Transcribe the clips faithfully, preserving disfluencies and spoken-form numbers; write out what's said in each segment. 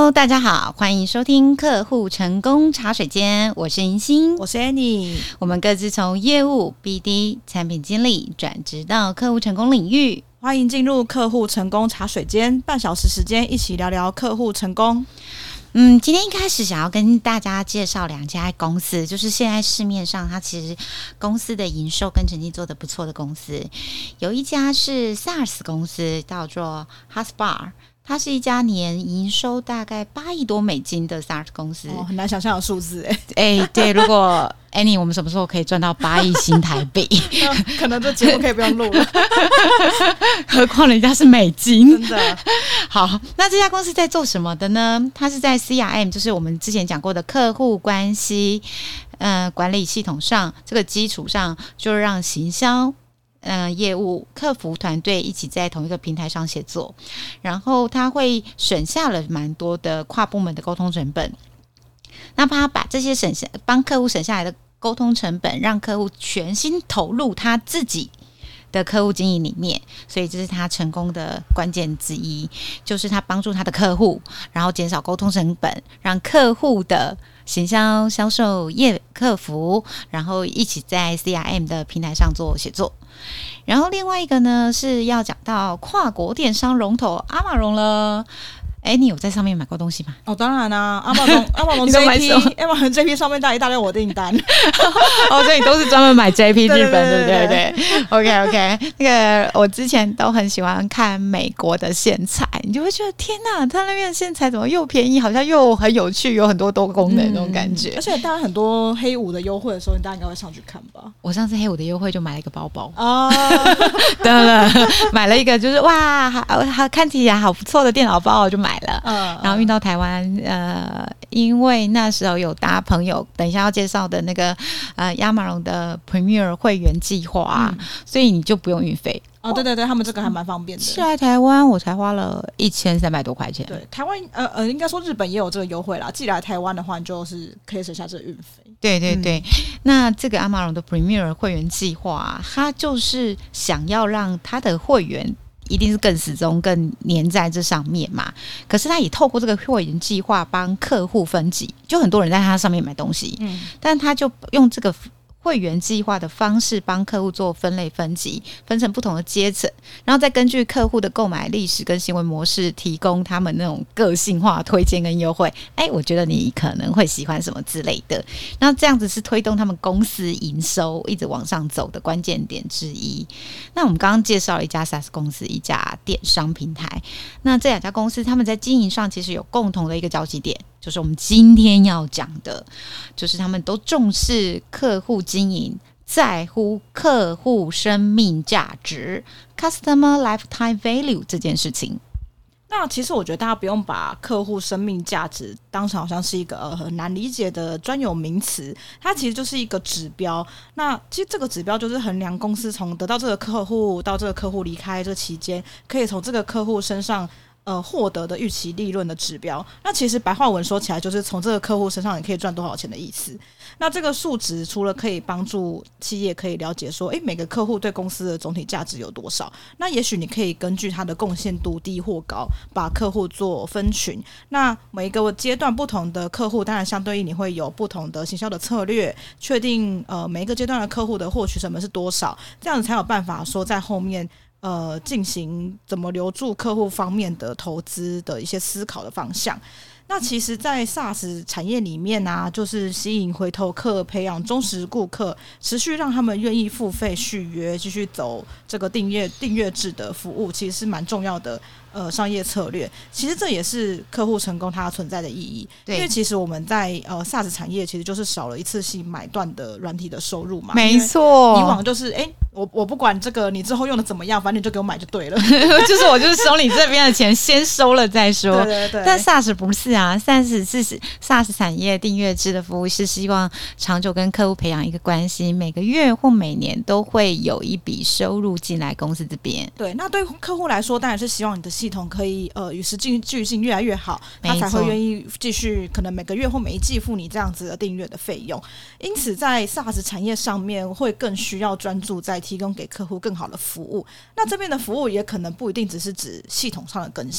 Hello， 大家好，欢迎收听客户成功茶水间，我是银星， 我是 Annie， 我们各自从业务、B D、产品经理转职到客户成功领域。 欢迎进入客户成功茶水间，半小时时间一起聊聊客户成功。 嗯，今天一开始想要跟大家介绍两家公司，就是现在市面上它其实公司的营收跟成绩做得不错的公司。有一家是 SaaS 公司，叫做 HubSpot， 它是一家年营收大概八亿多美金的 SaaS 公司。 哦，很难想象的数字哎。 哎，对，如果 Annie 我们什么时候可以赚到八亿新台币？ 可能这节目可以不用录了， 何况人家是美金， 真的。 好，那这家公司在做什么的呢？它是在 C R M， 就是我们之前讲过的客户关系呃管理系统上，这个基础上，就让行销呃业务、客服团队一起在同一个平台上协作，然后它会省下了蛮多的跨部门的沟通成本。那他把这些省下帮客户省下来的沟通成本，让客户全心投入他自己的客户经营里面，所以这是他成功的关键之一，就是他帮助他的客户，然后减少沟通成本，让客户的行销、销售、业客服，然后一起在 C R M 的平台上做协作。然后另外一个呢，是要讲到跨国电商龙头阿玛荣了。哎，你有在上面买过东西吗？ 哦，当然啦、啊，阿玛龙阿玛龙 J P， 阿玛龙 J P 上面带一大堆我订单。 哦，所以你都是专门买 J P 日本，对不对？ 对对 ，OK OK。那个我之前都很喜欢看美国的线材，你就会觉得天哪，他那边的线材怎么又便宜，好像又很有趣，有很多多功能、嗯、那种感觉。 而且大家很多黑五的优惠的时候，大家应该会上去看吧？ 我上次黑五的优惠就买了一个包包啊， 对了，买了一个就是哇，好好看起来好不错的电脑包，我就买了。嗯，然后运到台湾，呃，因为那时候有搭朋友等一下要介绍的那个呃亚马逊的 Premier 会员计划、啊嗯，所以你就不用运费。 哦，对对对，他们这个还蛮方便的。 寄来台湾我才花了一千三百多块钱。 对，台湾呃呃，应该说日本也有这个优惠啦。寄来台湾的话，你就是可以省下这个运费。 对对对、嗯，那这个亚马逊的 Premier 会员计划、啊，它就是想要让他的会员一定是更始终更黏在这上面嘛，可是他也透过这个会员计划帮客户分级，就很多人在他上面买东西、嗯、但他就用这个会员计划的方式帮客户做分类分级，分成不同的阶层，然后再根据客户的购买历史跟行为模式提供他们那种个性化推荐跟优惠。哎，我觉得你可能会喜欢什么之类的，然后这样子是推动他们公司营收一直往上走的关键点之一。那我们刚刚介绍了一家 SaaS 公司，一家电商平台，那这两家公司他们在经营上其实有共同的一个交集点，就是我们今天要讲的，就是他们都重视客户经营，在乎客户生命价值 Customer Lifetime Value 这件事情。 那其实我觉得大家不用把客户生命价值当成好像是一个、呃、很难理解的专有名词，它其实就是一个指标。那其实这个指标就是衡量公司从得到这个客户到这个客户离开这期间，可以从这个客户身上呃，获得的预期利润的指标。那其实白话文说起来就是从这个客户身上你可以赚多少钱的意思。那这个数值除了可以帮助企业可以了解说诶每个客户对公司的总体价值有多少，那也许你可以根据他的贡献度低或高把客户做分群。那每一个阶段不同的客户当然相对应你会有不同的行销的策略，确定呃每一个阶段的客户的获取成本是多少，这样子才有办法说在后面呃，进行怎么留住客户方面的投资的一些思考的方向。那其实在 SaaS 产业里面啊，就是吸引回头客，培养忠实顾客，持续让他们愿意付费续约，继续走这个订阅订阅制的服务，其实是蛮重要的呃商业策略。其实这也是客户成功它存在的意义。因为其实我们在呃 SaaS 产业其实就是少了一次性买断的软体的收入嘛。 没错， 以往就是哎、欸，我我不管这个你之后用的怎么样，反正你就给我买就对了。 就是我就是收你这边的钱，先收了再说。 对对对。 但 SaaS 不是啊 ，SaaS 是 SaaS 产业订阅制的服务，是希望长久跟客户培养一个关系，每个月或每年都会有一笔收入进来公司这边。 对，那对客户来说，当然是希望你的系统可以呃与时俱进，越来越好，他才会愿意继续可能每个月或每一季付你这样子的订阅的费用。因此，在 SaaS 产业上面会更需要专注在提供给客户更好的服务。那这边的服务也可能不一定只是指系统上的更新，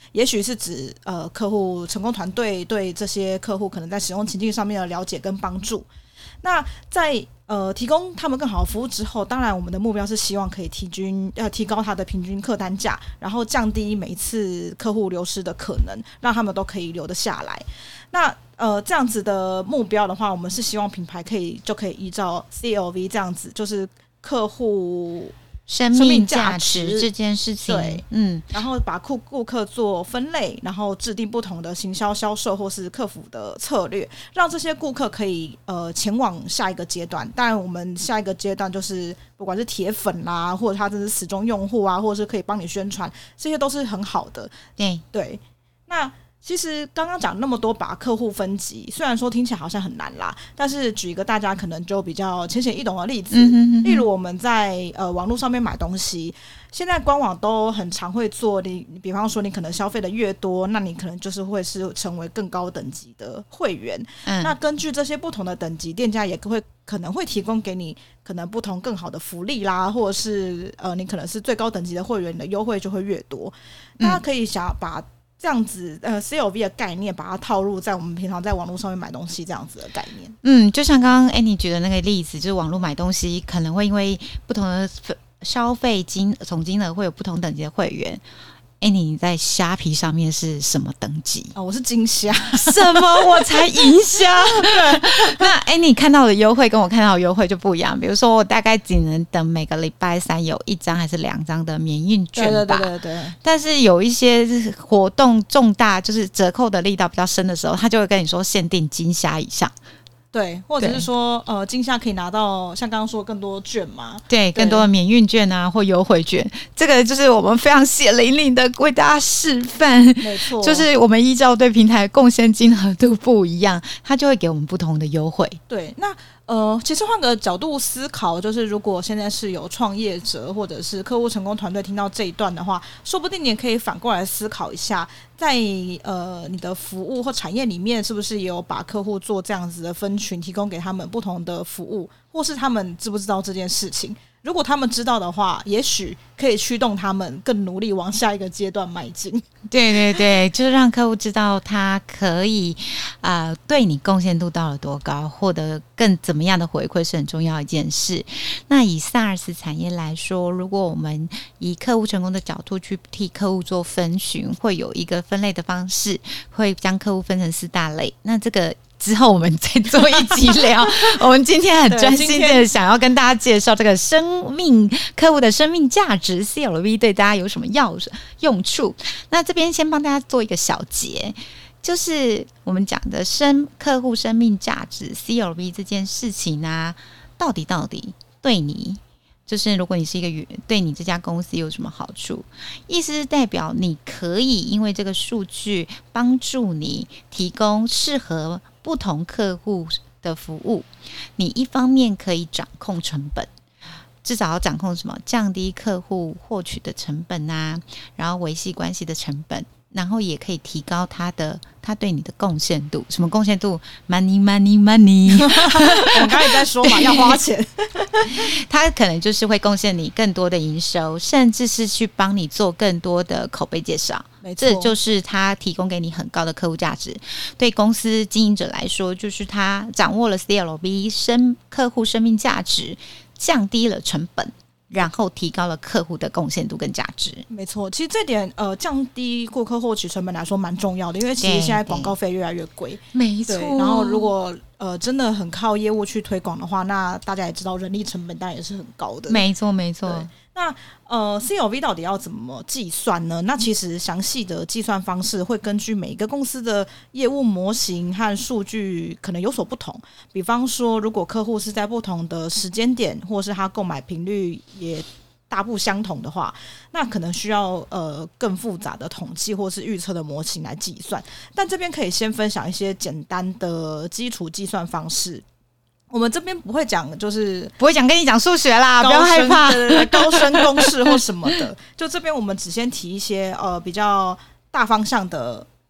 也许是指呃客户成功团队对这些客户可能在使用情境上面的了解跟帮助。那在呃提供他们更好的服务之后，当然我们的目标是希望可以提均呃提高他的平均客单价，然后降低每一次客户流失的可能，让他们都可以留得下来。那呃这样子的目标的话，我们是希望品牌可以就可以依照 C L V 这样子，就是客户生命价值这件事情， 对，嗯，然后把顾顾客做分类，然后制定不同的行销、销售或是客服的策略，让这些顾客可以呃前往下一个阶段。当然，我们下一个阶段就是不管是铁粉啦，或者他真是死忠用户啊，或者是可以帮你宣传，这些都是很好的。 对对， 那。其实刚刚讲那么多把客户分级，虽然说听起来好像很难啦，但是举一个大家可能就比较浅显易懂的例子，嗯哼哼哼例如我们在呃网络上面买东西，现在官网都很常会做你，比方说你可能消费的越多，那你可能就是会是成为更高等级的会员。嗯，那根据这些不同的等级，店家也会可能会提供给你可能不同更好的福利啦，或者是呃你可能是最高等级的会员，你的优惠就会越多。大家可以想把这样子呃 C L V 的概念把它套入在我们平常在网络上面买东西这样子的概念。 嗯，就像刚刚 Annie 举的那个例子，就是网络买东西可能会因为不同的消费金总金额会有不同等级的会员。Annie 你在虾皮上面是什么等级？ 哦，我是金虾。 什么？我才银虾。那 Annie 看到的优惠跟我看到的优惠就不一样。比如说，我大概只能等每个礼拜三有一张还是两张的免运券吧。 对对对对。 但是有一些活动重大，就是折扣的力道比较深的时候，他就会跟你说限定金虾以上。 对，或者是说，呃，金虾可以拿到像刚刚说更多券嘛？ 对，更多的免运券啊，或优惠券，这个就是我们非常血淋淋的为大家示范。 没错， 就是我们依照对平台贡献金额度不一样，它就会给我们不同的优惠。 对，那呃，其实换个角度思考，就是如果现在是有创业者或者是客户成功团队听到这一段的话，说不定你也可以反过来思考一下，在呃你的服务或产业里面，是不是也有把客户做这样子的分群，提供给他们不同的服务，或是他们知不知道这件事情？如果他们知道的话，也许可以驱动他们更努力往下一个阶段迈进。 对对对，就是让客户知道他可以呃对你贡献度到了多高，获得更怎么样的回馈是很重要的一件事。那以 SaaS 产业来说，如果我们以客户成功的角度去替客户做分群，会有一个分类的方式，会将客户分成四大类。那这个之后我们再做一集聊。我们今天很专心的想要跟大家介绍这个生命客户的生命价值 C L V 对大家有什么要用处。那这边先帮大家做一个小结，就是我们讲的生客户生命价值 C L V 这件事情啊，到底到底对你，就是如果你是一个对你这家公司有什么好处，意思是代表你可以因为这个数据帮助你提供适合不同客户的服务。你一方面可以掌控成本，至少要掌控什么？降低客户获取的成本啊，然后维系关系的成本，然后也可以提高他的他对你的贡献度。什么贡献度 ？Money, money, money 。 我们刚才也在说嘛，要花钱。 他可能就是会贡献你更多的营收，甚至是去帮你做更多的口碑介绍。这就是他提供给你很高的客户价值。对公司经营者来说，就是他掌握了 C L V 生客户生命价值，降低了成本，然后提高了客户的贡献度跟价值。 没错，其实这点呃降低顾客获取成本来说蛮重要的，因为其实现在广告费越来越贵。 没错。 然后如果呃真的很靠业务去推广的话，那大家也知道人力成本当然也是很高的。 没错没错。 那呃 C L V 到底要怎么计算呢？那其实详细的计算方式会根据每一个公司的业务模型和数据可能有所不同。比方说，如果客户是在不同的时间点，或是他购买频率也大不相同的话，那可能需要呃更复杂的统计或是预测的模型来计算。但这边可以先分享一些简单的基础计算方式。我们这边不会讲，就是不会讲跟你讲数学啦，不要害怕。 对对对，高深公式或什么的。就这边我们只先提一些呃比较大方向的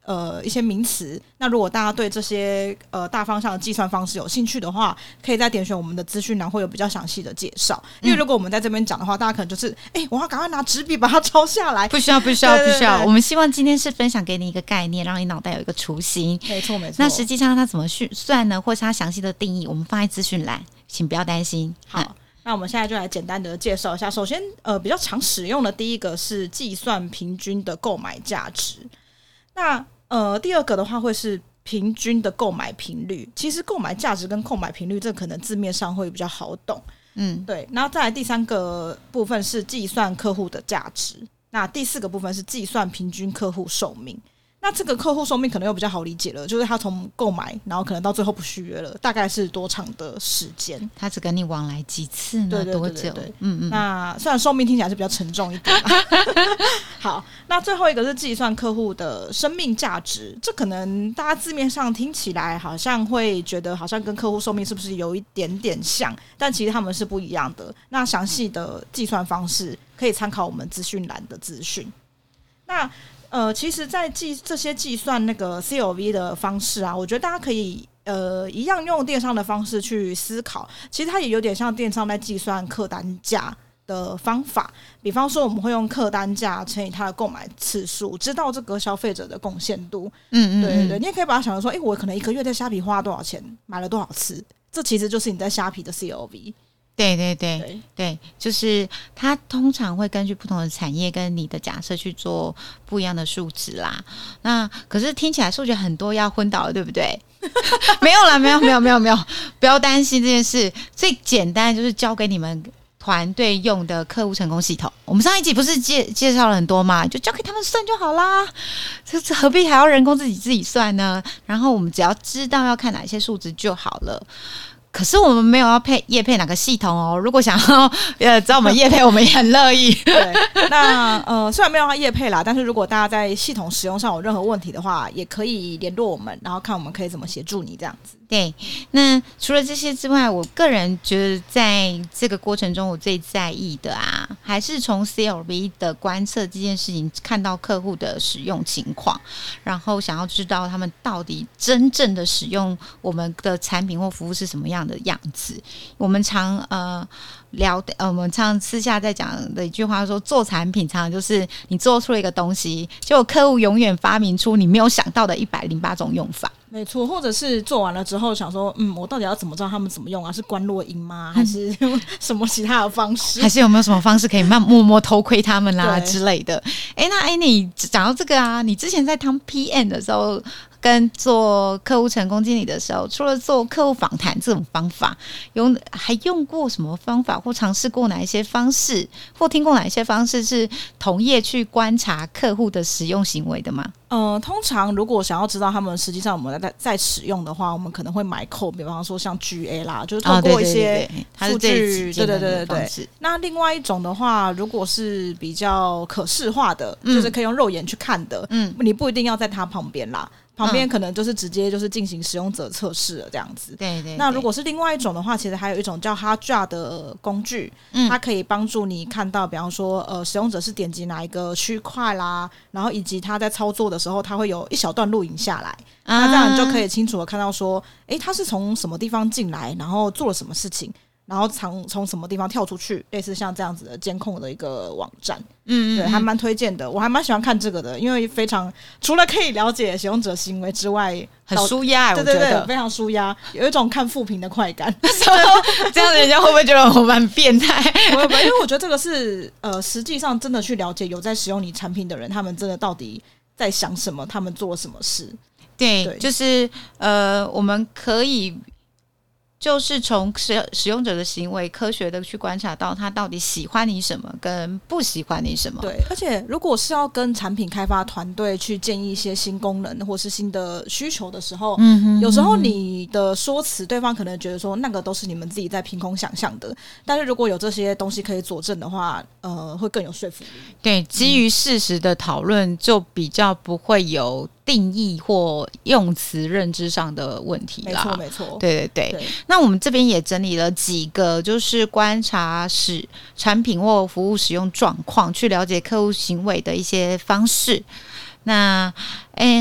呃一些名词。那如果大家对这些呃大方向的计算方式有兴趣的话，可以再点选我们的资讯栏，会有比较详细的介绍。因为如果我们在这边讲的话，大家可能就是哎、欸，我要赶快拿纸笔把它抄下来。 不需要，不需要，不需要。我们希望今天是分享给你一个概念，让你脑袋有一个雏形。 没错，没错。 那实际上它怎么算呢？或是它详细的定义，我们放在资讯栏，请不要担心。 好。嗯，那我们现在就来简单的介绍一下。首先，呃，比较常使用的第一个是计算平均的购买价值。那呃，第二个的话会是平均的购买频率。其实购买价值跟购买频率，这可能字面上会比较好懂。嗯，对。然后再来第三个部分是计算客户的价值。那第四个部分是计算平均客户寿命。那这个客户寿命可能又比较好理解了，就是他从购买然后可能到最后不续约了，大概是多长的时间？ 他只跟你往来几次呢？ 对对对对对， 多久？嗯嗯。 那虽然寿命听起来是比较沉重一点、啊、好，那最后一个是计算客户的生命价值。这可能大家字面上听起来好像会觉得好像跟客户寿命是不是有一点点像，但其实他们是不一样的。那详细的计算方式可以参考我们资讯栏的资讯。那呃，其实在计这些计算那个 C L V 的方式啊，我觉得大家可以呃一样用电商的方式去思考。其实它也有点像电商在计算客单价的方法。比方说我们会用客单价乘以它的购买次数，知道这个消费者的贡献度。嗯嗯，对对对，你也可以把它想成说，哎、欸，我可能一个月在虾皮花了多少钱，买了多少次，这其实就是你在虾皮的 C L V。 对对对 对, 对，就是它通常会根据不同的产业跟你的假设去做不一样的数值啦。那可是听起来数据很多，要昏倒了，对不对？没有啦，没有没有没有没有，不要担心这件事。最简单就是交给你们团队用的客户成功系统。我们上一集不是介介绍了很多嘛，就交给他们算就好啦，这何必还要人工自己自己算呢？然后我们只要知道要看哪些数值就好了。可是我们没有要配业配哪个系统哦，如果想要呃找我们业配，我们也很乐意。 对，那呃虽然没有要业配啦，但是如果大家在系统使用上有任何问题的话，也可以联络我们，然后看我们可以怎么协助你这样子。 对，那除了这些之外，我个人觉得在这个过程中，我最在意的啊，还是从 C L V 的观测这件事情，看到客户的使用情况，然后想要知道他们到底真正的使用我们的产品或服务是什么样的样子。我们常呃聊呃，我们常私下在讲的一句话说，做产品常常就是你做出了一个东西，结果客户永远发明出你没有想到的一百零八种用法。 没错，或者是做完了之后想说，嗯，我到底要怎么知道他们怎么用啊？是关落音吗？还是什么其他的方式？ 还是有没有什么方式可以慢默默偷窥他们啦之类的？哎，那哎，你讲到这个啊，你之前在当 P M 的时候，跟做客户成功经理的时候，除了做客户访谈这种方法，用还用过什么方法，或尝试过哪一些方式，或听过哪一些方式是同业去观察客户的使用行为的吗？ 呃，通常如果想要知道他们实际上我们在在使用的话，我们可能会买扣，比方说像 G A 啦，就是透过一些数据，对对对对对。那另外一种的话，如果是比较可视化的，嗯、就是可以用肉眼去看的，嗯，你不一定要在他旁边啦。旁边可能就是直接就是进行使用者测试了这样子。 对 对, 对。 那如果是另外一种的话，其实还有一种叫 Hotjar 的工具，嗯，它可以帮助你看到，比方说呃使用者是点击哪一个区块啦，然后以及他在操作的时候，他会有一小段录影下来，啊、那这样你就可以清楚的看到说，哎，他是从什么地方进来，然后做了什么事情。然后从从什么地方跳出去，类似像这样子的监控的一个网站，嗯, 嗯, 嗯，对，还蛮推荐的，我还蛮喜欢看这个的，因为非常除了可以了解使用者行为之外， 很舒压， 对对对， 我觉得非常舒压，有一种看负评的快感。 这样人家会不会觉得我蛮变态？ 不会不会，因为我觉得这个是呃，实际上真的去了解有在使用你产品的人，他们真的到底在想什么，他们做了什么事。 对，对就是呃，我们可以。就是从使使用者的行为科学的去观察到他到底喜欢你什么跟不喜欢你什么。 对，而且如果是要跟产品开发团队去建议一些新功能或是新的需求的时候，嗯哼嗯哼，有时候你的说辞对方可能觉得说那个都是你们自己在凭空想象的，但是如果有这些东西可以佐证的话，呃，会更有说服力。 对，基于事实的讨论就比较不会有定义或用词认知上的问题啦。 没错没错， 对对 对, 对。那我们这边也整理了几个，就是观察使产品或服务使用状况，去了解客户行为的一些方式。那嗯，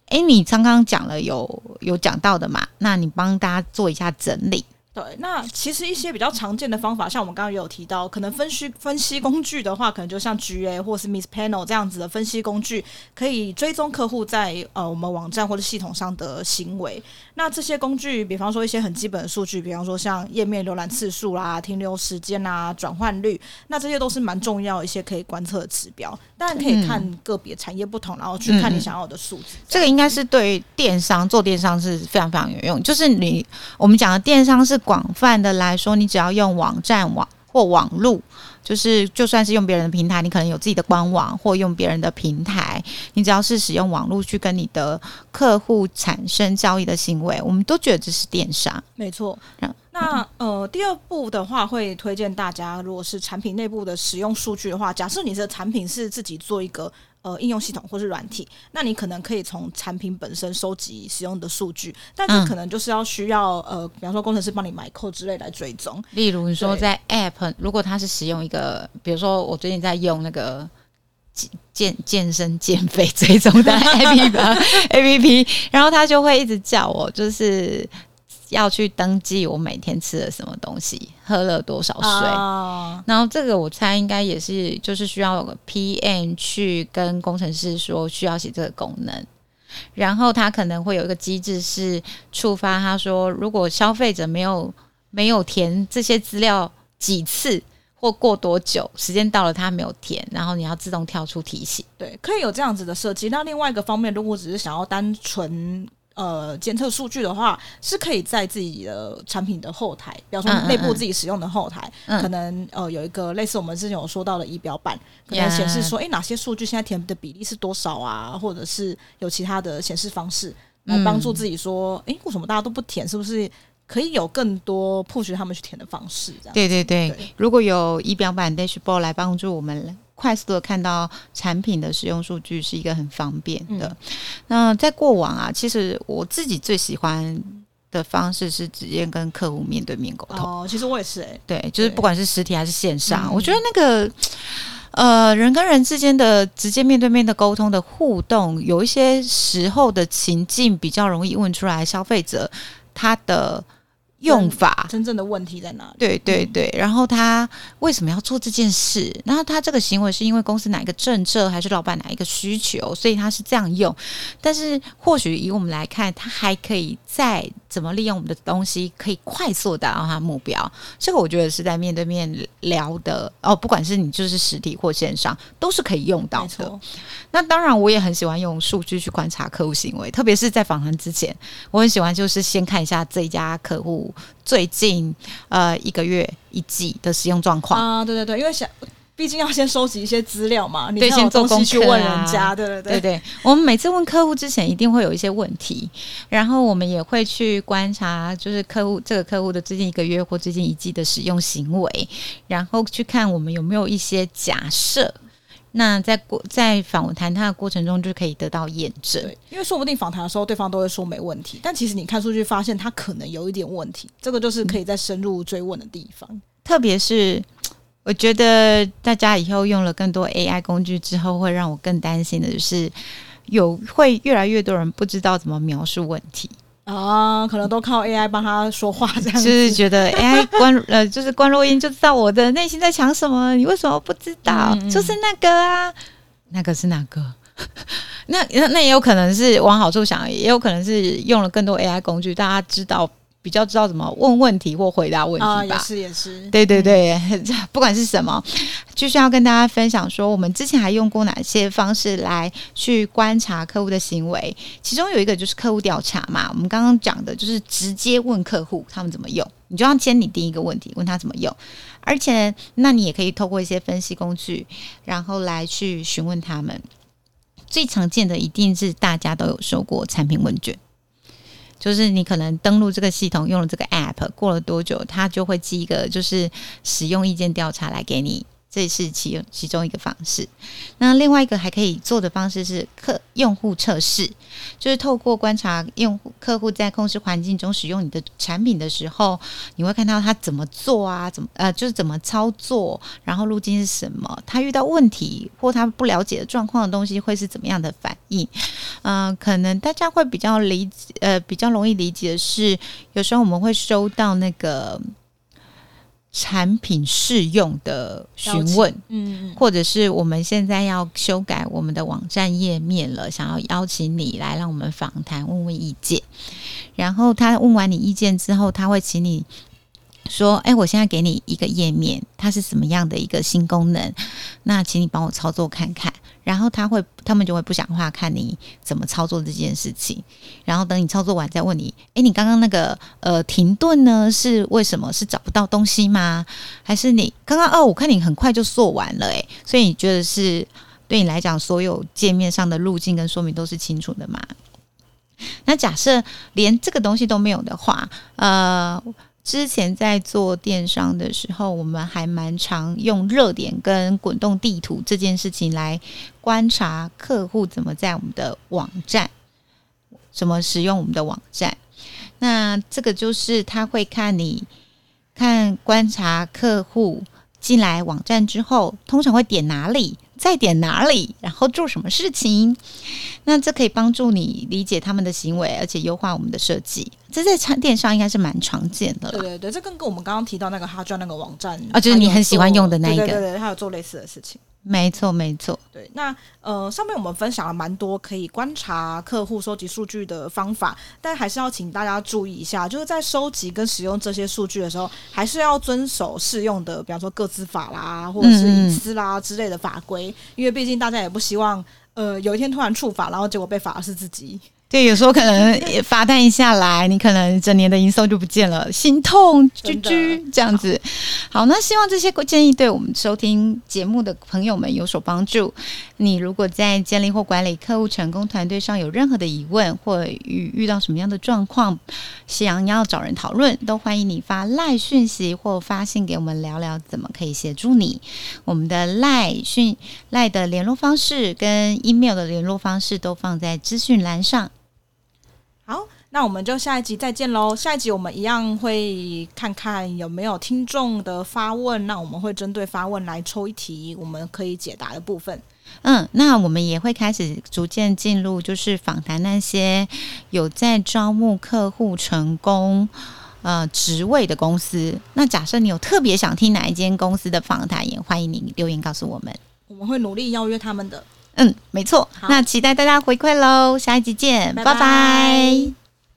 哎，你刚刚讲了有有讲到的嘛，那你帮大家做一下整理。 对，那其实一些比较常见的方法，像我们刚刚也有提到，可能分析分析工具的话，可能就像 G A 或是 Mixpanel 这样子的分析工具，可以追踪客户在呃我们网站或者系统上的行为。那这些工具，比方说一些很基本的数据，比方说像页面浏览次数啦、停留时间啦、转换率，那这些都是蛮重要的一些可以观测的指标。当然可以看个别产业不同，然后去看你想要的数字。 嗯、这个应该是对电商做电商是非常非常有用。就是你我们讲的电商是广泛的来说，你只要用网站网或网路，就是就算是用别人的平台，你可能有自己的官网或用别人的平台，你只要是使用网路去跟你的客户产生交易的行为，我们都觉得这是电商。 没错。那呃，第二步的话，会推荐大家，如果是产品内部的使用数据的话，假设你的产品是自己做一个呃应用系统或是软体，那你可能可以从产品本身收集使用的数据，但这可能就是要需要呃，比方说工程师帮你买扣之类来追踪。 例如你说在 App， 如果他是使用一个，比如说我最近在用那个健健身减肥追踪的 A P P， 然后他就会一直叫我就是要去登记我每天吃了什么东西，喝了多少水、哦、然后这个我猜应该也是就是需要有个 P M 去跟工程师说需要写这个功能，然后他可能会有一个机制是触发他说如果消费者没有没有填这些资料几次或过多久时间到了他没有填，然后你要自动跳出提醒。 对，可以有这样子的设计。那另外一个方面，如果只是想要单纯呃，监测数据的话，是可以在自己的产品的后台，比方说内部自己使用的后台，嗯嗯嗯可能呃有一个类似我们之前有说到的仪表板，可能显示说，哎、yeah. 哪些数据现在填的比例是多少啊，或者是有其他的显示方式来帮助自己说，哎、嗯，为什么大家都不填？是不是可以有更多 push 他们去填的方式？这样对对对，对如果有仪表板 dashboard 来帮助我们快速的看到产品的使用数据是一个很方便的、嗯、那在过往啊，其实我自己最喜欢的方式是直接跟客户面对面沟通。 哦，其实我也是、欸、 对，就是不管是实体还是线上，我觉得那个呃人跟人之间的直接面对面的沟通的互动，有一些时候的情境比较容易问出来消费者他的用法真正的问题在哪里？ 对对对、嗯，然后他为什么要做这件事？然后他这个行为是因为公司哪一个政策，还是老板哪一个需求，所以他是这样用。但是或许以我们来看，他还可以再怎么利用我们的东西，可以快速达到他的目标。这个我觉得是在面对面聊的哦，不管是你就是实体或线上，都是可以用到的。那当然，我也很喜欢用数据去观察客户行为，特别是在访谈之前，我很喜欢就是先看一下这一家客户最近呃一个月一季的使用状况啊，对对对，因为想毕竟要先收集一些资料嘛，你才有东西去问人家，对对对对对。我们每次问客户之前，一定会有一些问题，然后我们也会去观察，就是客户这个客户的最近一个月或最近一季的使用行为，然后去看我们有没有一些假设。那在在访谈他的过程中就可以得到验证， 对，因为说不定访谈的时候对方都会说没问题，但其实你看数据发现他可能有一点问题，这个就是可以再深入追问的地方。 嗯、特别是我觉得大家以后用了更多 A I 工具之后，会让我更担心的就是有会越来越多人不知道怎么描述问题。 啊，可能都靠 A I 帮他说话，这样子就是觉得 A I 关呃，就是关录音就知道我的内心在想什么，你为什么不知道？嗯嗯就是那个啊，那个是哪个？那那也有可能是往好处想，也有可能是用了更多 A I 工具，大家知道比较知道怎么问问题或回答问题吧。啊、 也是也是， 对对对、嗯，不管是什么，就是要跟大家分享说，我们之前还用过哪些方式来去观察客户的行为。其中有一个就是客户调查嘛，我们刚刚讲的就是直接问客户他们怎么用，你就要先拟定一个问题，问他怎么用，而且那你也可以透过一些分析工具，然后来去询问他们。最常见的一定是大家都有收过产品问卷。就是你可能登录这个系统，用了这个 app， 过了多久，它就会寄一个就是使用意见调查来给你， 这是其其中一个方式。那另外一个还可以做的方式是客用户测试，就是透过观察用户客户在控制环境中使用你的产品的时候，你会看到他怎么做啊，怎么呃就是怎么操作，然后路径是什么，他遇到问题或他不了解的状况的东西会是怎么样的反应。嗯、呃，可能大家会比较理解呃比较容易理解的是，有时候我们会收到那个产品试用的询问，嗯，或者是我们现在要修改我们的网站页面了，想要邀请你来让我们访谈，问问意见。然后他问完你意见之后，他会请你说：“哎，我现在给你一个页面，它是什么样的一个新功能？那请你帮我操作看看。”然后他会，他们就会不讲话，看你怎么操作这件事情。然后等你操作完，再问你：“哎，你刚刚那个呃停顿呢，是为什么？是找不到东西吗？还是你刚刚哦？我看你很快就做完了，哎，所以你觉得是对你来讲，所有界面上的路径跟说明都是清楚的吗？”那假设连这个东西都没有的话，呃。之前在做电商的时候，我们还蛮常用热点跟滚动地图这件事情来观察客户怎么在我们的网站，怎么使用我们的网站。那这个就是他会看你看观察客户进来网站之后，通常会点哪里，再点哪里，然后做什么事情。那这可以帮助你理解他们的行为，而且优化我们的设计。这在电商应该是蛮常见的啦。 对对对，这跟跟我们刚刚提到那个哈赚那个网站啊，就是你很喜欢用的那一个， 对对对，他有做类似的事情。 没错没错。 对，那呃上面我们分享了蛮多可以观察客户收集数据的方法，但还是要请大家注意一下，就是在收集跟使用这些数据的时候，还是要遵守适用的，比方说个资法啦，或者是隐私啦之类的法规，嗯嗯，因为毕竟大家也不希望呃有一天突然触法，然后结果被罚的是自己。 对，有时候可能罚单一下来，你可能整年的营收就不见了，心痛居居这样子。好，那希望这些建议对我们收听节目的朋友们有所帮助。你如果在建立或管理客户成功团队上有任何的疑问，或遇遇到什么样的状况，想要找人讨论，都欢迎你发赖讯息或发信给我们聊聊怎么可以协助你。我们的赖讯赖的联络方式跟 email 的联络方式都放在资讯栏上。 好，那我们就下一集再见咯。下一集我们一样会看看有没有听众的发问，那我们会针对发问来抽一题我们可以解答的部分。 嗯，那我们也会开始逐渐进入就是访谈那些有在招募客户成功呃职位的公司。那假设你有特别想听哪一间公司的访谈，也欢迎你留言告诉我们， 我们会努力邀约他们的。 嗯，没错。那期待大家回馈咯，下一集见，拜拜。拜拜。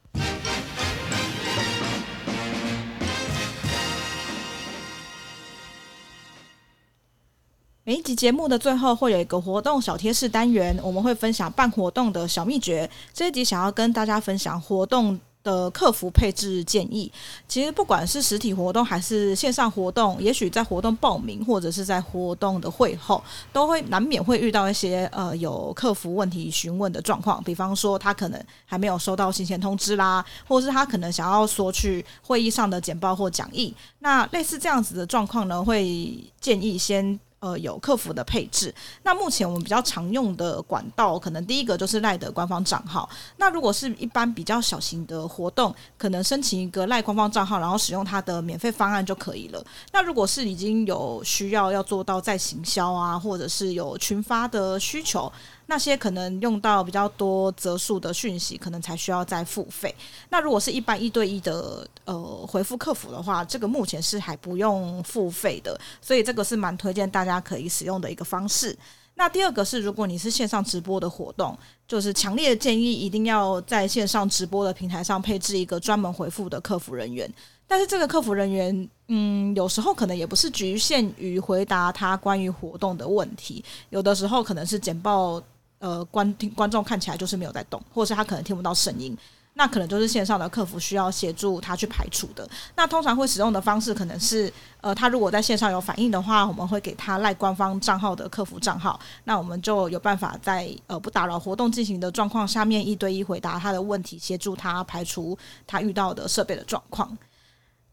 每一集节目的最后会有一个活动小贴士单元，我们会分享办活动的小秘诀。这一集想要跟大家分享活动的客服配置建议。其实不管是实体活动还是线上活动，也许在活动报名或者是在活动的会后，都会难免会遇到一些呃有客服问题询问的状况，比方说他可能还没有收到行前通知啦，或者是他可能想要索取会议上的简报或讲义。那类似这样子的状况呢，会建议先呃，有客服的配置。那目前我们比较常用的管道，可能第一个就是赖的官方账号。那如果是一般比较小型的活动，可能申请一个赖官方账号，然后使用它的免费方案就可以了。那如果是已经有需要要做到再行销啊，或者是有群发的需求，那些可能用到比较多则数的讯息，可能才需要再付费。那如果是一般一对一的呃回复客服的话，这个目前是还不用付费的，所以这个是蛮推荐大家可以使用的一个方式。那第二个是，如果你是线上直播的活动，就是强烈的建议一定要在线上直播的平台上配置一个专门回复的客服人员。但是这个客服人员嗯，有时候可能也不是局限于回答他关于活动的问题，有的时候可能是简报呃，观观众看起来就是没有在动，或者是他可能听不到声音，那可能就是线上的客服需要协助他去排除的。那通常会使用的方式可能是呃，他如果在线上有反应的话，我们会给他赖官方账号的客服账号，那我们就有办法在呃不打扰活动进行的状况下面，一对一回答他的问题，协助他排除他遇到的设备的状况。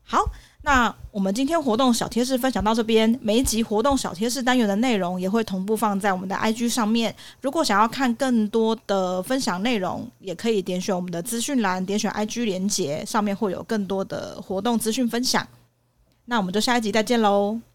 好，那我们今天活动小贴士分享到这边，每一集活动小贴士单元的内容也会同步放在我们的 I G 上面。如果想要看更多的分享内容，也可以点选我们的资讯栏，点选 I G 连结，上面会有更多的活动资讯分享。那我们就下一集再见喽。